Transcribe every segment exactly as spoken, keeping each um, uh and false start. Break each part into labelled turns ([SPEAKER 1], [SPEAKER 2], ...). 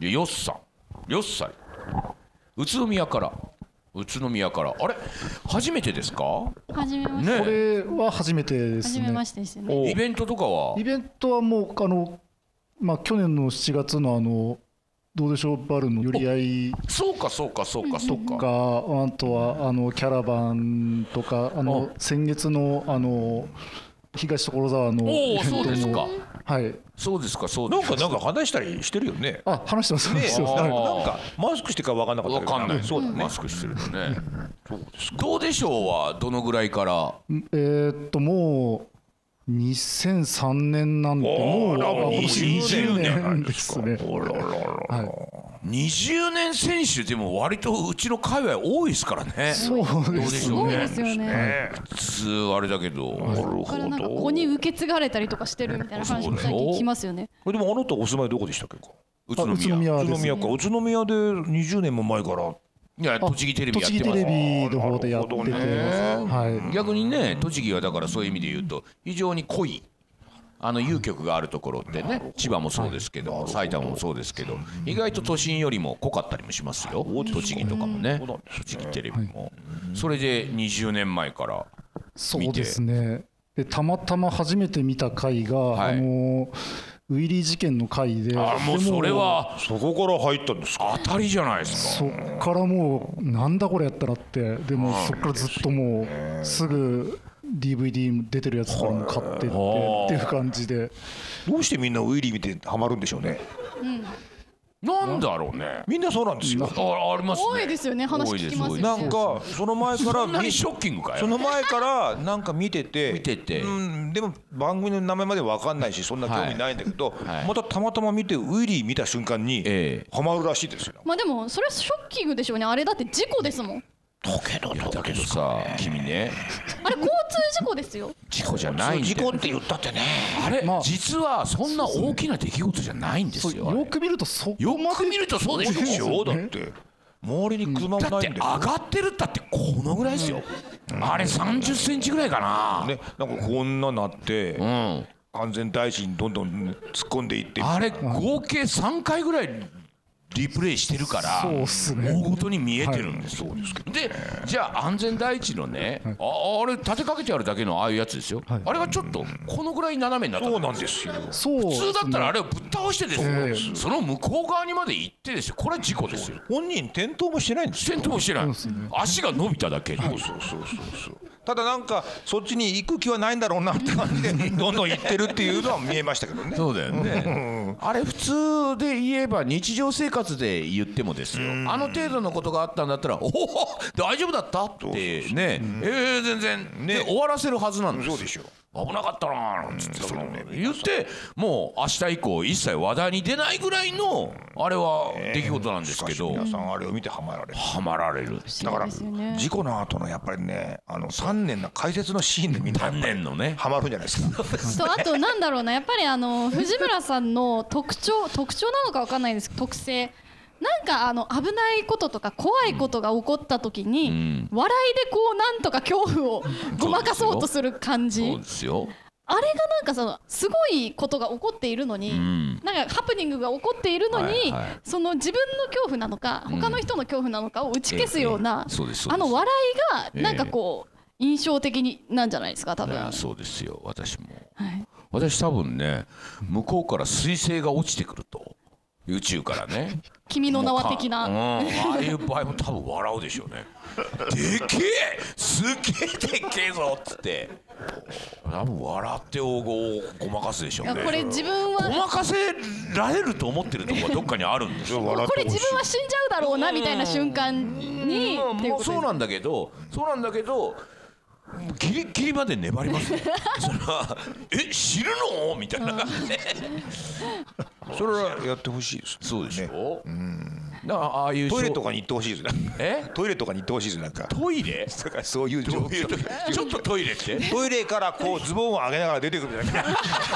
[SPEAKER 1] でよっさんよっさい宇都宮から宇都宮からあれ初めてですか？
[SPEAKER 2] 初めまして、
[SPEAKER 1] ね
[SPEAKER 3] これは初めてですね。
[SPEAKER 2] 初めましてですよね。
[SPEAKER 1] イベントとかは
[SPEAKER 3] イベントはもうあの、まあ、去年のしちがつのあのどうでしょうバルの寄り合い
[SPEAKER 1] そうかそうかそうかそうか
[SPEAKER 3] とか、あとはあのキャラバンとかあの先月のあの東所沢の
[SPEAKER 1] おおそうですか
[SPEAKER 3] はい
[SPEAKER 1] そうですかそう
[SPEAKER 4] なん
[SPEAKER 1] ですか
[SPEAKER 4] かなんか話したりしてるよね。
[SPEAKER 3] あ話してます
[SPEAKER 4] ね
[SPEAKER 3] そうですはい
[SPEAKER 4] なんかマスクしてから分かんなかったけど。
[SPEAKER 1] わかんない
[SPEAKER 4] そうだね。
[SPEAKER 1] マスクしてるとねどうでしょうはどのぐらいから
[SPEAKER 3] えーっともうにせんさんねんなんでもう
[SPEAKER 4] あらもう
[SPEAKER 3] あ今年
[SPEAKER 4] にじゅうねんなん
[SPEAKER 3] に
[SPEAKER 4] ですか。
[SPEAKER 3] ね。
[SPEAKER 4] おらららら
[SPEAKER 3] はい
[SPEAKER 1] にじゅうねん選手でも割とうちの界隈多いですからね
[SPEAKER 3] そう
[SPEAKER 1] どう
[SPEAKER 3] で
[SPEAKER 1] ですしょうね
[SPEAKER 2] ごいですよね。
[SPEAKER 4] ね
[SPEAKER 1] 普通あれだけどなる
[SPEAKER 2] ここからなんかここに受け継がれたりとかしてるみたいな話も最近聞きますよね。
[SPEAKER 4] これでもあなたお住まいどこでしたっけか。
[SPEAKER 1] 宇都
[SPEAKER 3] あ宇都
[SPEAKER 1] 宮
[SPEAKER 4] 宇都
[SPEAKER 3] 宮です
[SPEAKER 4] 宮か。宇都宮でにじゅうねんも前から。
[SPEAKER 1] いや栃木テレビやってます
[SPEAKER 3] 栃木テレビの方でやってて、
[SPEAKER 4] なるほどね
[SPEAKER 3] はい
[SPEAKER 1] 逆にね栃木はだからそういう意味で言うと非常に濃いあの有局があるところってね千葉もそうですけど埼玉もそうですけど意外と都心よりも濃かったりもしますよ栃木とかもね栃木テレビもそれでにじゅうねんまえから
[SPEAKER 3] そうですね。でたまたま初めて見た回が、
[SPEAKER 1] はい
[SPEAKER 3] あのウィリー事件の回で、
[SPEAKER 1] あもう
[SPEAKER 3] で
[SPEAKER 1] それは
[SPEAKER 4] そこから入ったんですか。
[SPEAKER 1] 当たりじゃないですか
[SPEAKER 3] そっからもうなんだこれやったらって、でもそっからずっともうすぐ ディーブイディー 出てるやつからも買ってってっていう感じで、
[SPEAKER 4] どうしてみんなウィリー見てハマるんでしょうね。
[SPEAKER 1] なんだろうね
[SPEAKER 4] みんなそうなんですよ。
[SPEAKER 1] あありますね
[SPEAKER 2] 多いですよね。話聞きますよね。
[SPEAKER 4] なんかその前から
[SPEAKER 1] そんなにショッキングかよ
[SPEAKER 4] その前からなんか見てて
[SPEAKER 1] 見てて
[SPEAKER 4] うんでも番組の名前まで分かんないしそんな興味ないんだけど、
[SPEAKER 1] はい
[SPEAKER 4] またたまたま見てウィリー見た瞬間に
[SPEAKER 1] ええ
[SPEAKER 4] ハマるらしいですよ。
[SPEAKER 2] まあでもそれショッキングでしょうね。あれだって事故ですもん。
[SPEAKER 4] だけど
[SPEAKER 1] いやだけどさ君ね
[SPEAKER 2] あれ交通事故ですよ。
[SPEAKER 1] 事故じゃないんだよ
[SPEAKER 4] 事故って言ったってね。
[SPEAKER 1] あれ
[SPEAKER 3] まあ
[SPEAKER 1] 実はそんな大きな出来事じゃないんです
[SPEAKER 3] そう
[SPEAKER 1] よあれ
[SPEAKER 3] よく見るとそこ
[SPEAKER 1] よ
[SPEAKER 3] まで
[SPEAKER 1] く見るとそうで
[SPEAKER 4] そうでし
[SPEAKER 1] しょ
[SPEAKER 4] ょだって周りに車も
[SPEAKER 1] だって上
[SPEAKER 4] ないんだよ。
[SPEAKER 1] がってるったってこのぐらいですよあれさんじゅっセンチぐらいかな
[SPEAKER 4] ねなんかこんななって
[SPEAKER 1] うん
[SPEAKER 4] 安全第一にどんどん突っ込んでいって
[SPEAKER 1] あれ合計さんかいぐらいリプレイしてるから
[SPEAKER 3] そうっすね
[SPEAKER 1] 大ごとに見えてるんですよ、でじゃあ安全第一のね、ああれ立てかけてあるだけのああいうやつですよ、
[SPEAKER 3] はい
[SPEAKER 1] あれがちょっとこのぐらい斜めになった
[SPEAKER 4] そうなんですよ。
[SPEAKER 3] そう
[SPEAKER 1] 普通だったらあれをぶっ倒してですよ、
[SPEAKER 3] ええ
[SPEAKER 1] その向こう側にまで行ってですよこれは事故ですよ
[SPEAKER 4] 本人転倒もしてないんですよ。
[SPEAKER 1] 転倒もしてない、
[SPEAKER 3] そうですね
[SPEAKER 1] 足が伸びただけ、
[SPEAKER 4] そうそうそうそうただなんかそっちに行く気はないんだろうなって感じでどんどん行ってるっていうのは見えましたけどね。
[SPEAKER 1] そうだよねあれ普通で言えば日常生活で言ってもですよあの程度のことがあったんだったらおお大丈夫だったってねえー全然で終わらせるはずなんですよ
[SPEAKER 4] そうでしょう。
[SPEAKER 1] 危なかったなーなんつってその言ってもう明日以降一切話題に出ないぐらいのあれは出来事なんですけど
[SPEAKER 4] 皆さんあれを見てハマられる。
[SPEAKER 1] ハマられる
[SPEAKER 4] だから
[SPEAKER 2] ですよね
[SPEAKER 4] 事故の後のやっぱりねあの丹念な解説のシーンでみんな
[SPEAKER 1] 丹念のね
[SPEAKER 4] ハマるんじゃないですか。
[SPEAKER 2] とあとなんだろうなやっぱりあの藤村さんの特徴特徴なのかわかんないですけど特性なんかあの危ないこととか怖いことが起こった時に、
[SPEAKER 1] うん、
[SPEAKER 2] 笑いでこうなんとか恐怖をごまかそうとする感じ
[SPEAKER 1] そうですよ
[SPEAKER 2] あれがなんかそのすごいことが起こっているのに、
[SPEAKER 1] うん、
[SPEAKER 2] なんかハプニングが起こっているのに、
[SPEAKER 1] はいはい、
[SPEAKER 2] その自分の恐怖なのか他の人の恐怖なのかを打ち消すような、
[SPEAKER 1] ええええそうですそうです
[SPEAKER 2] あの笑いがなんかこう、ええ、印象的になんじゃないですか多分。
[SPEAKER 1] いやそうですよ私も、
[SPEAKER 2] はい、
[SPEAKER 1] 私多分ね向こうから彗星が落ちてくると宇宙からね
[SPEAKER 2] 君の名は的な、
[SPEAKER 1] うん、ああいう場合も多分笑うでしょうねでけえすげえでけえぞっつって多分笑っておごごまかすでしょうね
[SPEAKER 2] いやこれ自分は
[SPEAKER 1] ごまかせられると思ってるところがどっかにあるんですよ
[SPEAKER 2] これ自分は死んじゃうだろうなみたいな瞬間に
[SPEAKER 1] うん
[SPEAKER 2] っていうことです
[SPEAKER 1] もうそうなんだけどそうなんだけどギリギリまで粘りますねそれはえ死ぬのみたいな感じで
[SPEAKER 4] それはやってほしいですね。
[SPEAKER 1] そうでしょ、
[SPEAKER 4] ね、うん
[SPEAKER 1] だからああいう
[SPEAKER 4] トイレとかに行ってほしいですね。
[SPEAKER 1] え
[SPEAKER 4] トイレとかに行ってほしいですなんか。
[SPEAKER 1] トイレ
[SPEAKER 4] だからそういう状況。
[SPEAKER 1] ちょっとトイレって
[SPEAKER 4] トイレからこうズボンを上げながら出てくるみたいな。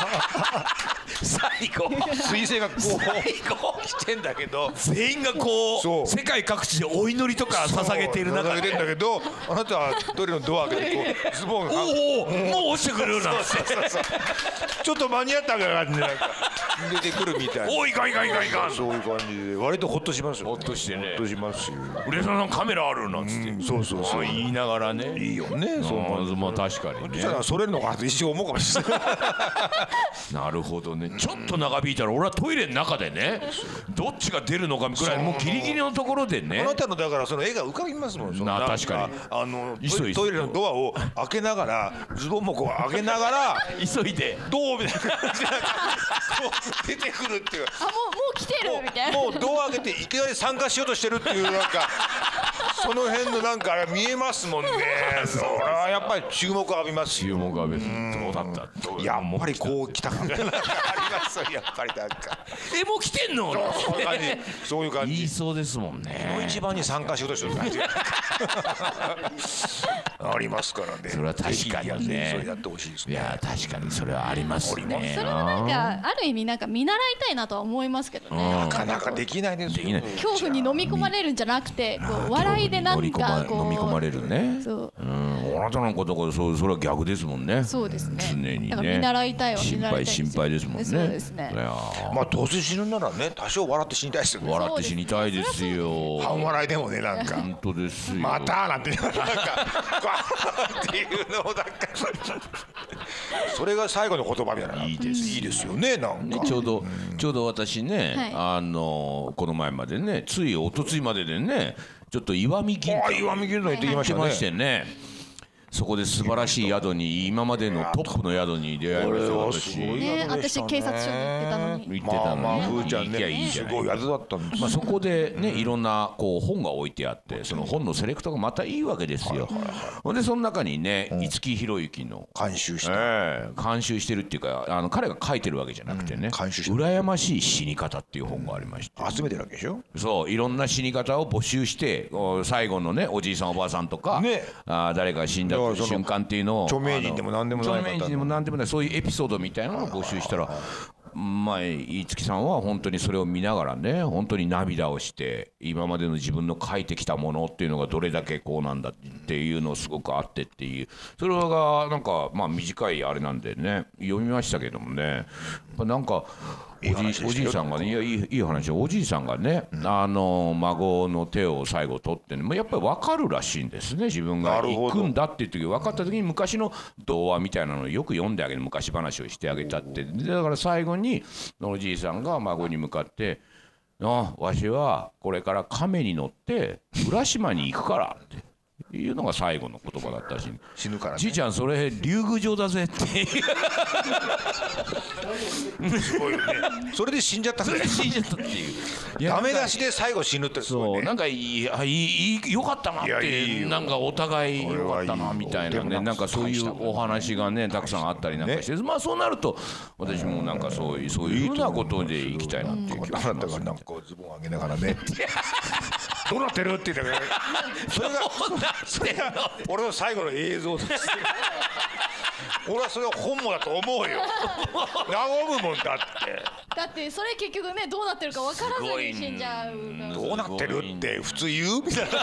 [SPEAKER 1] 最後
[SPEAKER 4] 彗星がこう
[SPEAKER 1] 最後してんだけど全員がこ
[SPEAKER 4] そうう
[SPEAKER 1] 世界各地でお祈りとか捧げている中
[SPEAKER 4] 捧げてんだけどあなたはトイレのドア開けてこうズボンが
[SPEAKER 1] おおもう落ちてくるなんて
[SPEAKER 4] ちょっと間に合った感じでなんか出てくるみたいな。
[SPEAKER 1] おいかんいかんいかんいかん。
[SPEAKER 4] そういう感じで割とほっとしますよ。
[SPEAKER 1] ほっとしてね。
[SPEAKER 4] ほっとしますよ。
[SPEAKER 1] 浦沢さんカメラあるなんつって。
[SPEAKER 4] そうそうそう。
[SPEAKER 1] 言いながらね。
[SPEAKER 4] いいよね。そう。
[SPEAKER 1] まあ確かにね。
[SPEAKER 4] じゃあそれのかなと一瞬思うかもしれない。
[SPEAKER 1] なるほどね。ちょっと長引いたら俺はトイレの中でね、どっちが出るのかぐらいもうギリギリのところでね。
[SPEAKER 4] あなたのだからその絵が浮かびますもん。
[SPEAKER 1] なあ確かに。
[SPEAKER 4] あのトイレのドアを開けながらズボンもこう上げながら
[SPEAKER 1] 急いで
[SPEAKER 4] どうみたいな感じでこう出てくるっていう。
[SPEAKER 2] あもうもう来てるみたいな。
[SPEAKER 4] もうドア開けていきなり参加しようとしてるっていうなんかその辺のなんかあれ見えますもんね。それはやっぱり注目浴びますよ。
[SPEAKER 1] 注目浴びる。どうだった。
[SPEAKER 4] やっぱりこう来た感じありますよ。やっぱりなんか
[SPEAKER 1] えもう来てんの。
[SPEAKER 4] そういう感じ。そういう感じ。
[SPEAKER 1] 言いそうですもんね。
[SPEAKER 4] 一番に参加しようとしてる感じありますからね。
[SPEAKER 1] それは確かにね。
[SPEAKER 4] それやってほしいですね。
[SPEAKER 1] いや確かにそれはありますね。
[SPEAKER 2] それはなんかある意味なんか見習いたいなとは思いますけどね。
[SPEAKER 4] なかなかできないですよ。
[SPEAKER 2] 恐怖に飲み込まれるんじゃなくて、こう笑いでなんかこう
[SPEAKER 1] 飲み込まれるね。
[SPEAKER 2] そう。
[SPEAKER 1] うん。あなたのことがそうそれは逆ですもんね。
[SPEAKER 2] そうですね。
[SPEAKER 1] 常にね。
[SPEAKER 2] だから見習いたいは
[SPEAKER 1] 心配心配ですもんね。
[SPEAKER 2] そうですね。
[SPEAKER 4] まあどうせ死ぬならね多少笑って死にたいですよね。
[SPEAKER 1] 笑って死にたいですよ。
[SPEAKER 4] 半笑いでもねなんか。
[SPEAKER 1] 本当ですよ。
[SPEAKER 4] またなんてなんかっていうのをなんかそれが最後の言葉みたいな。いいですいいですよねなんか。
[SPEAKER 1] ちょうどちょうど私ねあのこの前までねついおとついまででねちょっと石見銀山
[SPEAKER 4] 石見銀山行ってきましたね。
[SPEAKER 1] ましてね。そこで素晴らしい宿に今までのトップの宿に出会いました私。
[SPEAKER 2] ね私警察署に行ってたのに。
[SPEAKER 1] 行ってたのに。
[SPEAKER 4] ふーちゃんねすごい宿だったんです。
[SPEAKER 1] まあそこでねいろんなこう本が置いてあってその本のセレクトがまたいいわけですよ。ほんでその中にね五木ひろゆきの
[SPEAKER 4] 監修して
[SPEAKER 1] 監修してるっていうかあの彼が書いてるわけじゃなくてね羨ましい死に方っていう本がありまして
[SPEAKER 4] 集めてるわけでしょ。
[SPEAKER 1] そういろんな死に方を募集して最後のねおじいさんおばあさんとかあ誰かが死んだ瞬間っていう
[SPEAKER 4] 著名人でも何でもない
[SPEAKER 1] 著名人でも何でもないそういうエピソードみたいなのを募集したらまあ五木さんは本当にそれを見ながらね本当に涙をして今までの自分の書いてきたものっていうのがどれだけこうなんだっていうのをすごくあってっていうそれがなんかまあ短いあれなんでね読みましたけどもねなんかおじおじいさんがねいやいいいい話おじいさんがねあの孫の手を最後取ってねやっぱり分かるらしいんですね自分が行くんだっていう時分かった時に昔の童話みたいなのをよく読んであげる昔話をしてあげたってだから最後におじいさんが孫に向かって「あわしはこれから亀に乗って浦島に行くから」って。いうのが最後の言葉だったし
[SPEAKER 4] 死ぬからね
[SPEAKER 1] じいちゃんそれ竜宮城だぜって
[SPEAKER 4] すごいよねそれで死んじゃったんだよ
[SPEAKER 1] 死んじゃったっていう
[SPEAKER 4] ダメ出しで最後死ぬってすごいね
[SPEAKER 1] そうなんかいいあいいよかったなってなんかお互いよかったなみたいなねなんかそういうお話がねたくさんあったりなんかしてまあそうなると私もなんかそういうそういうふうなことでいきたいなっていう気がします
[SPEAKER 4] あなたがなんかズボン上げながらねどうなってるって言ったからそれがそれが俺の最後の映像です俺はそれを本望だと思うよ和むもんだって
[SPEAKER 2] だってそれ結局ねどうなってるか分からずに死んじゃう
[SPEAKER 4] どうなってるって普通言うみたいな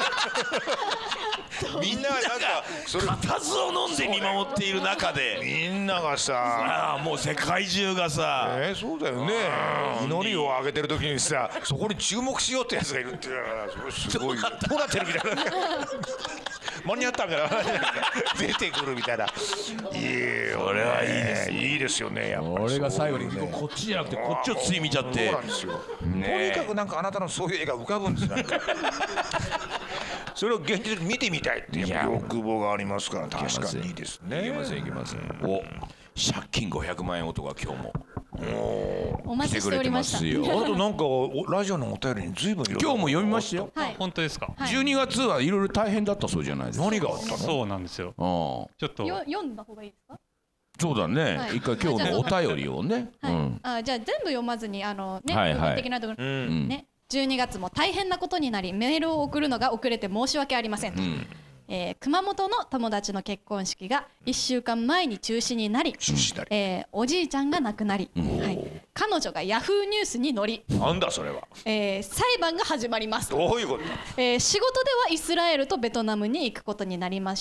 [SPEAKER 4] みんながなんか
[SPEAKER 1] それ固唾を飲んで見守っている中で
[SPEAKER 4] みんながさ
[SPEAKER 1] ああもう世界中がさ
[SPEAKER 4] えー、そうだよね祈りを上げてる時にさそこに注目しようってやつがいるっていうのはすごいどうなってるみたいな間に合ったみたいな出てくるみたいないいよ
[SPEAKER 1] それはいいです
[SPEAKER 4] ねいいですよねやっぱり
[SPEAKER 1] 俺が最後にこっちじゃなくてこっちをつい見ちゃって
[SPEAKER 4] そうなんですよとにかくなんかあなたのそういう絵が浮かぶんですよそれを現実に見てみたいっていう欲望がありますから確かにいいですね
[SPEAKER 1] いけませんいけませんお借金ごひゃくまんえん男が今日も
[SPEAKER 2] お待ちしておりました
[SPEAKER 4] あとなんかラジオのお便りに随分
[SPEAKER 1] 今日も読みましたよ
[SPEAKER 5] 本当ですか
[SPEAKER 1] じゅうにがつはいろいろ大変だったそうじゃないですか
[SPEAKER 4] 何があったの
[SPEAKER 5] そうなんですよちょっと
[SPEAKER 2] 読んだ方がいいですか
[SPEAKER 1] そうだね一回今日のお便りをね
[SPEAKER 2] あじゃあ全部読まずにあのね部分的なところねじゅうにがつも大変なことになりメールを送るのが遅れて申し訳ありませんと、うんえー、熊本の友達の結婚式がいっしゅうかんまえに中止になり、えー、おじいちゃんが亡くなり、はい、彼女がヤフーニュースに載り
[SPEAKER 4] なんだそれは、
[SPEAKER 2] えー、裁判が始まります
[SPEAKER 4] どういうこと、
[SPEAKER 2] えー、仕事ではイスラエルとベトナムに行くことになりました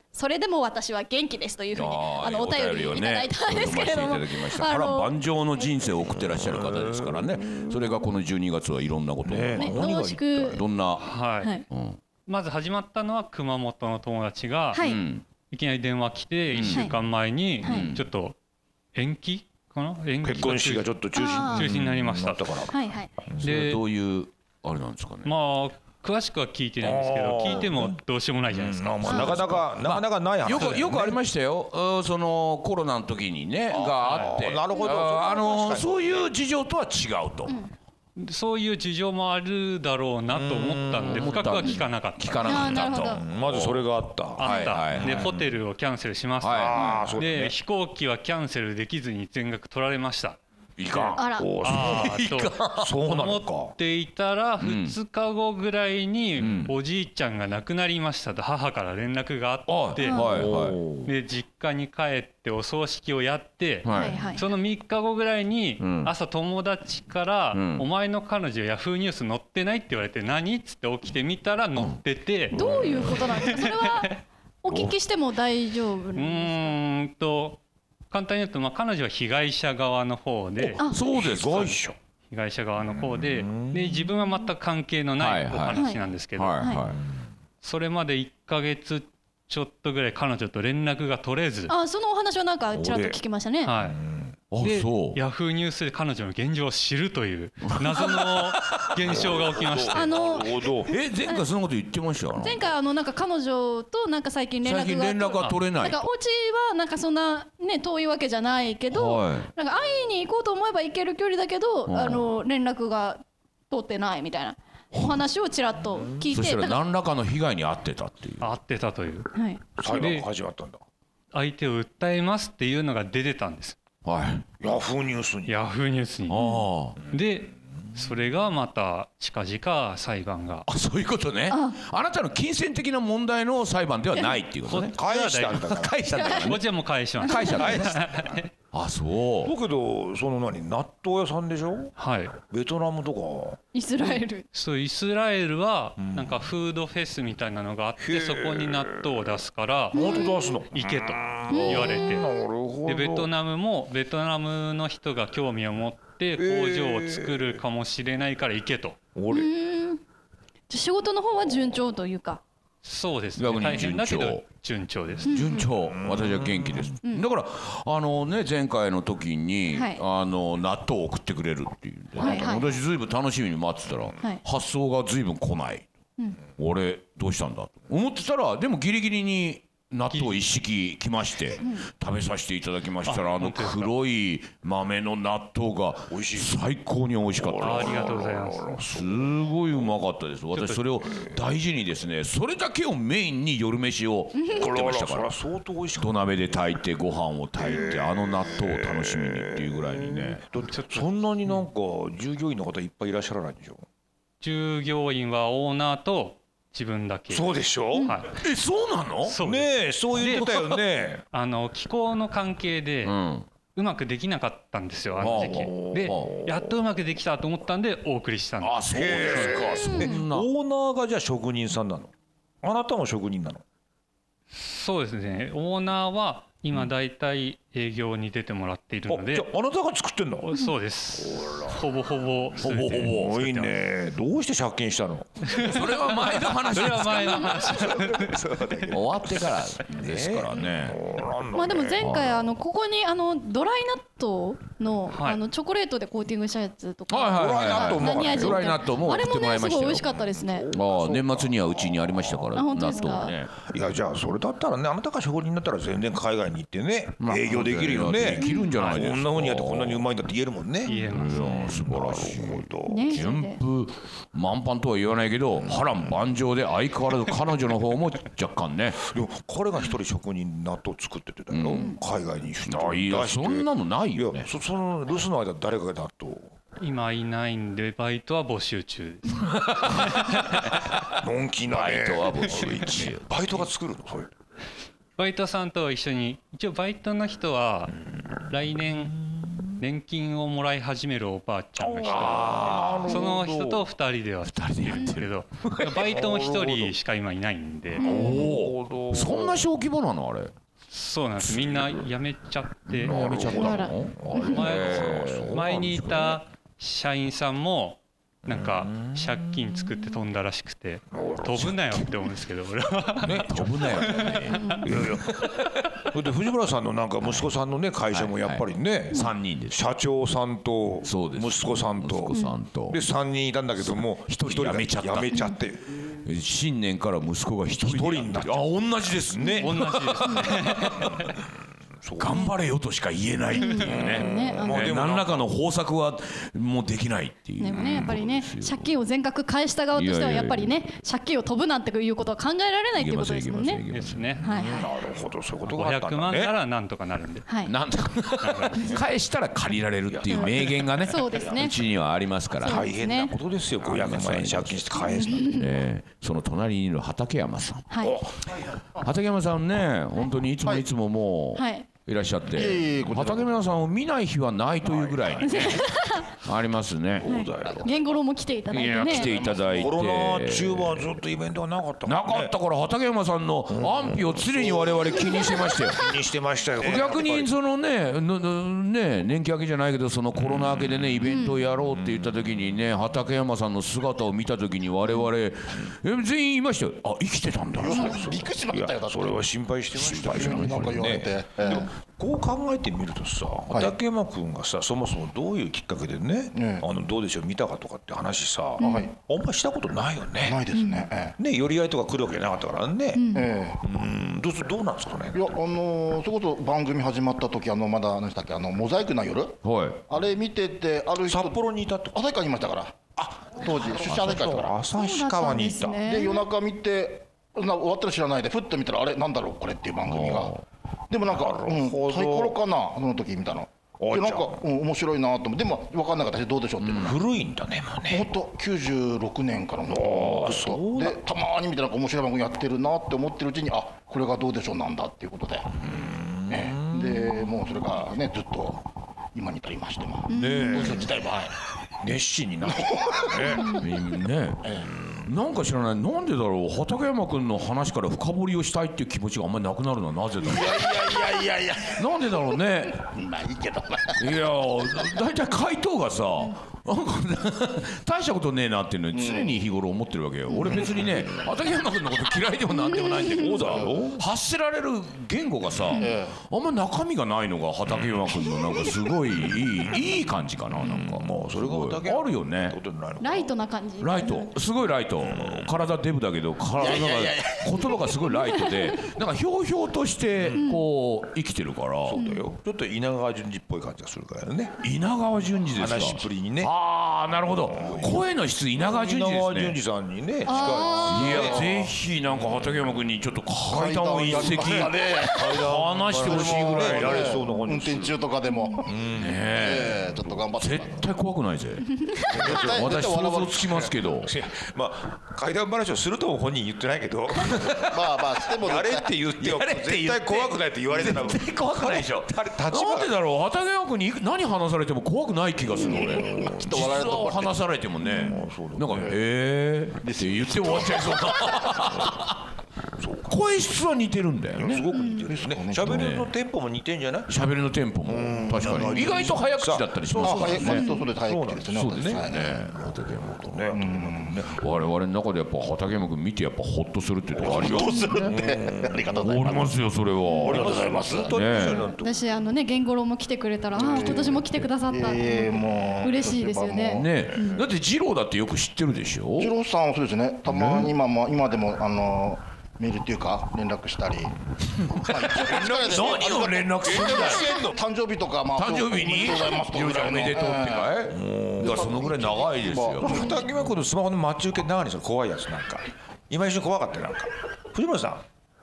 [SPEAKER 2] それでも私は元気ですというふうに
[SPEAKER 1] あ
[SPEAKER 2] あのお便りをいただいたんですけれども、
[SPEAKER 1] ね、波乱万丈の人生を送ってらっしゃる方ですからね。それがこのじゅうにがつはいろんなことを、ね、
[SPEAKER 2] 濃縮
[SPEAKER 1] どんな、
[SPEAKER 5] はい、はい、うん、まず始まったのは熊本の友達が、はい、いきなり電話来ていっしゅうかんまえにちょっと延期かな、延期
[SPEAKER 4] 結婚式がちょっと中止
[SPEAKER 5] 中止になりましたと。
[SPEAKER 2] はいはい。
[SPEAKER 1] でどういうあれなんですかね。
[SPEAKER 5] まあ詳しくは聞いてないんですけど、聞いてもどうしようもないじゃないですか。
[SPEAKER 4] まあ、なかなかなかなかない話、
[SPEAKER 1] よくよくありましたよ。そのコロナの時にねがあって、なるほど。あのそういう事情とは違うと。
[SPEAKER 5] うん、そういう事情もあるだろうなと思ったんで深くは聞かなかった。
[SPEAKER 1] 聞かなかったと。
[SPEAKER 4] まずそれがあった。
[SPEAKER 5] あった。はいはいはい、でホテルをキャンセルします。はい、で、ね、飛行機はキャンセルできずに全額取られました。
[SPEAKER 1] いかん。
[SPEAKER 2] あら。
[SPEAKER 5] あと
[SPEAKER 4] そうなのか。
[SPEAKER 5] 思っていたらふつかごぐらいにおじいちゃんが亡くなりましたと母から連絡があって、で実家に帰ってお葬式をやって、そのみっかごぐらいに朝友達から「お前の彼女ヤフーニュース載ってない?」って言われて「何?」っつって起きてみたら載ってて。
[SPEAKER 2] どういうことなんですか。それはお聞きしても大丈夫なんですか。う
[SPEAKER 5] ーんと簡単に言うと、まあ、彼女は被害者側の方で、
[SPEAKER 1] そうですか。
[SPEAKER 5] 被害者側の方で、で自分は全く関係のないお話なんですけど、それまでいっかげつちょっとぐらい彼女と連絡が取れず、
[SPEAKER 2] あ、そのお話はなんかちらっと聞きましたね。
[SPEAKER 5] はい。でヤフーニュースで彼女の現状を知るという謎の現象が起きまして。
[SPEAKER 2] あの
[SPEAKER 1] え前回そのこと言ってました。
[SPEAKER 2] 前回あのなんか彼女となんか最近連絡が
[SPEAKER 1] 最近連絡が取れない。
[SPEAKER 2] なんかお家はなんかそんなね遠いわけじゃないけど、はい、なんか会いに行こうと思えば行ける距離だけど、うん、あの連絡が取ってないみたいなお話をちらっと聞いて、
[SPEAKER 1] そしたら何らかの被害に遭ってたっていう。
[SPEAKER 5] 遭ってたという。
[SPEAKER 2] はい。
[SPEAKER 4] 裁判が始まったんだ。
[SPEAKER 5] 相手を訴えますっていうのが出てたんです。
[SPEAKER 1] はい、
[SPEAKER 4] ヤフーニュースに
[SPEAKER 5] ヤフーニュースにあでそれがまた近々裁判が。
[SPEAKER 1] あ、そういうことね。 あ, あなたの金銭的な問題の裁判ではないっていうことね。
[SPEAKER 4] 返したんだから
[SPEAKER 1] 返したんだから、ね、
[SPEAKER 5] こっちはもう返しました。
[SPEAKER 1] 返したんだあ、そう。
[SPEAKER 4] だけどその何納豆屋さんでしょ。
[SPEAKER 5] はい。
[SPEAKER 4] ベトナムとか
[SPEAKER 2] イスラエル。
[SPEAKER 5] そう、イスラエルはなんかフードフェスみたいなのがあって、うん、そこに納豆を出すから
[SPEAKER 4] 納豆出すの
[SPEAKER 5] 行けと言われて、でベトナムもベトナムの人が興味を持って工場を作るかもしれないから行けと。
[SPEAKER 2] 俺じゃ仕事の方は順調というか。
[SPEAKER 5] そうですね。大変だけど順調です。
[SPEAKER 1] 順調。私は元気です。だからあのね前回の時に、はい、あの納豆を送ってくれるっていうんで、はいはい、私ずいぶん楽しみに待ってたら、はい、発送がずいぶん来ない。うん、俺どうしたんだと思ってたら、でもギリギリに納豆一式来まして、うん、食べさせていただきましたら、あの黒い豆の納豆が最高に美味しかった。
[SPEAKER 5] ありがとうございます。
[SPEAKER 1] すごいうまかったです。私それを大事にですね、それだけをメインに夜飯を食ってましたから。土鍋で炊いてご飯を炊いて、あの納豆を楽しみにっていうぐらいにね。
[SPEAKER 4] そんなになんか従業員の方いっぱいいらっしゃらないんでしょ。
[SPEAKER 5] 従業員はオーナーと自分だけ。
[SPEAKER 4] そうでしょ、
[SPEAKER 5] はい、
[SPEAKER 1] え、そうなの。
[SPEAKER 5] そう
[SPEAKER 4] ねえ、そういうことだよね。
[SPEAKER 5] あの気候の関係で、うん、うまくできなかったんですよ、あの時期で。やっとうまくできたと思ったんでお送りしたんです。
[SPEAKER 1] あ、そうですか。そんな
[SPEAKER 4] オーナーがじゃあ職人さんなの。あなたも職人なの。
[SPEAKER 5] そうですね。オーナーは今だいたい営業に出てもらっているので。
[SPEAKER 4] あ、じゃああなたが作ってんの。
[SPEAKER 5] そうです。ほぼほぼ
[SPEAKER 1] ほぼほぼ。
[SPEAKER 4] いいね。どうして借金したの。
[SPEAKER 1] それは前の話。
[SPEAKER 5] それは前の話。
[SPEAKER 1] 終わってからですからね。
[SPEAKER 2] まあでも前回あのここにあのドライ納豆のあのチョコレートでコーティングしたやつとか。
[SPEAKER 1] はいはいはい。
[SPEAKER 2] 何味みたいな。
[SPEAKER 1] あれも
[SPEAKER 2] ねすごい美味しかったですね。
[SPEAKER 1] ああ、年末にはうちにありましたから。
[SPEAKER 2] あ、本当ですか。
[SPEAKER 4] いや、じゃあそれだったらね、あなたが職人だったら全然海外に行ってね、営業できるよね。
[SPEAKER 1] できるんじゃないですか。
[SPEAKER 4] こんな風にやってこんなにうまいんだって言えるもんね。
[SPEAKER 5] 言えますね。
[SPEAKER 1] 素晴らしい。全部満帆とは言わないけど、波乱万丈で相変わらず彼女の方も若干ね。
[SPEAKER 4] でも彼が一人職人納豆作っててだろ、海外に出
[SPEAKER 1] 張出して。そんなのないよね。
[SPEAKER 4] その留守の間誰かが納豆。
[SPEAKER 5] 今いないんでバイトは募集中です。
[SPEAKER 4] のんきなね。
[SPEAKER 1] バイトは募集中。
[SPEAKER 4] バイトが作るのそれ。
[SPEAKER 5] バイトさんと一緒に、一応バイトの人は来年年金をもらい始めるおばあちゃんが一人、その人とふたりではふたりでやってるけど、バイトもひとりしか今いないんで。
[SPEAKER 1] おお、そんな小規模なのあれ。
[SPEAKER 5] そうなんです。みんな辞めちゃって。辞
[SPEAKER 1] めちゃったの？
[SPEAKER 5] 前前にいた社員さんもなんか借金作って飛んだらしくて、飛ぶなよって思うんですけど、俺は
[SPEAKER 1] ね、飛ぶなよってね。
[SPEAKER 4] いやいや。それで藤村さんのなんか息子さんのね会社もやっぱりね、
[SPEAKER 1] さんにんで
[SPEAKER 4] 社長さんと息子さんとでさんにんいたんだけどもひとり辞めちゃった。辞めちゃって。
[SPEAKER 1] 新年から息子が一人になって。あ、同じですね。
[SPEAKER 5] 同じですね。
[SPEAKER 1] 頑張れよとしか言えないっていうね。何らかの方策はもうできないっていう。
[SPEAKER 2] でもね、やっぱりね、借金を全額返した側としてはやっぱりね、借金を飛ぶなんていうことは考えられないっていうことですもんね。
[SPEAKER 5] ですね。
[SPEAKER 2] はいはい。
[SPEAKER 4] なるほど、そういうことがあったんだね。
[SPEAKER 5] ごひゃくまんならなんとかなるんで。
[SPEAKER 2] はい。
[SPEAKER 1] なんとか返したら借りられるっていう名言がね、
[SPEAKER 2] そうですね。
[SPEAKER 1] うちにはありますから。
[SPEAKER 4] 大変なことですよ。ごひゃくまん円借金して返すなんて。
[SPEAKER 1] その隣にいる畠山さん。畠山さんね、本当にいつもいつももう。いらっしゃって、畠山さんを見ない日はないというぐらいにねありますね。
[SPEAKER 2] 源五郎も来ていただいてね。
[SPEAKER 1] 来ていただいて。
[SPEAKER 4] コロナ中はずっとイベントはなかった
[SPEAKER 1] なかったから畠山さんの安否を常に我々気にしてましたよ。
[SPEAKER 4] 気にしてましたよ。
[SPEAKER 1] 逆にそのね、ね年季明けじゃないけどそのコロナ明けでねイベントをやろうって言った時にね畠山さんの姿を見た時に我々全員いましたよ。あ、生きてたんだ。
[SPEAKER 6] びっくりしましたよ。
[SPEAKER 4] それは心配してましたよ。
[SPEAKER 6] なんか言われて。
[SPEAKER 4] こう考えてみるとさ、畠山君がさそもそもどういうきっかけでね、あのどうでしょう見たかとかって話さ、あんまりしたことないよね。
[SPEAKER 6] ないですね。
[SPEAKER 4] ね、寄り合いとか来るわけじゃなかったからね。うん、どうどうなんですかね。
[SPEAKER 6] いや、あのそれこそ番組始まった時あのまだ何でしたっけ、あのモザイクな夜、あれ見ててある人
[SPEAKER 4] 札幌にいたって
[SPEAKER 6] 旭川にいましたから。あ、当時出身旭川だから。
[SPEAKER 4] 旭川にいた。
[SPEAKER 6] で夜中見て終わったら知らないでふっと見たらあれなんだろうこれっていう番組が。でもなんか、うん、サイコロかなその時見たの。でなんか、うん、面白いなと思って、でも分かんなかったしどうでしょうっていうのが、
[SPEAKER 4] うん、古いんだねもうね。
[SPEAKER 6] ほんときゅうじゅうろくねんからのずっとでたまに見てなんか面白い番組やってるなって思ってるうちにあこれがどうでしょうなんだっていうことで、ね、でもうそれがねずっと今に至りましても、ね、どうしよう自体は
[SPEAKER 4] 熱心になって
[SPEAKER 1] ねね、ええなんか知らない、なんでだろう、畠山君の話から深掘りをしたいっていう気持ちがあんまりなくなるのはなぜだろう。
[SPEAKER 6] いやいやいやいやいや
[SPEAKER 1] なんでだろうね。
[SPEAKER 6] まあいいけど
[SPEAKER 1] いやだいたい回答がさなんか大したことねえなっていうのに常に日頃思ってるわけよ。俺別にね畠山君のこと嫌いでもなんでもないんだけどさ、発せられる言語がさあんま中身がないのが畠山君のなんかすごいいいいい感じかな。なんかもうそれがあるよね。
[SPEAKER 2] ライトな感じ。
[SPEAKER 1] ライトすごいライト。体デブだけど体が言葉がすごいライトでなんかひょうひょうとしてこう生きてるから。
[SPEAKER 4] そうだよ。ちょっと稲川淳二っぽい感じがするからね。
[SPEAKER 1] 稲川淳二ですか。
[SPEAKER 4] 話っぷりにね。
[SPEAKER 1] ああなるほど。声の質稲川淳二ですね。稲
[SPEAKER 4] 川淳二さんにね近い。い
[SPEAKER 1] やぜひなんか畠山君にちょっと階段を一席話してほしいぐらい
[SPEAKER 6] やれそうな感じ。運転中とかでも。ね
[SPEAKER 1] え。
[SPEAKER 6] ちょっと頑張って。
[SPEAKER 1] 絶対怖くないぜ。私想像つきますけど。
[SPEAKER 4] まあ怪談話をするとも本人言ってないけど。
[SPEAKER 6] まあまあしても
[SPEAKER 4] やれって言って絶対怖くないって言われてたもん。
[SPEAKER 1] 絶対怖くないでしょ。なんでだろう。畠山君に何話されても怖くない気がする俺。
[SPEAKER 6] きっと笑えると思って。
[SPEAKER 1] 話されてもね、なんかへえって言って終わっちゃいそうな。声質は似てるんだよね。
[SPEAKER 4] すごく似てるですね。喋りのテンポも似てんじゃない？
[SPEAKER 1] 喋りのテンポも確かに意外と早口だったりしますからね。
[SPEAKER 6] 割とそれ早口ですね。
[SPEAKER 1] そうですね。畠山君ね。我々の中でやっぱ畠山君見てやっぱホッとするっていうところありますね。
[SPEAKER 6] ありがとうございます。
[SPEAKER 1] ありますよそれは。
[SPEAKER 6] ありがとうございます。
[SPEAKER 2] 私あのね源五郎も来てくれたらあ今年も来てくださったって嬉しいですよね。
[SPEAKER 1] ねだって二郎だってよく知ってるでしょ。
[SPEAKER 6] 二郎さんはそうですね。たまに今も今でもあの。メールっていうか連絡したり何
[SPEAKER 1] を連絡するんだよ。
[SPEAKER 6] 誕生日とかまあ
[SPEAKER 1] 誕生日におめでとうってかい。だからそのぐらい長いですよ。
[SPEAKER 4] 畠山君のスマホの待ち受け長いんですよ。怖いやつなんか今一瞬怖かったよ。なんか藤村さん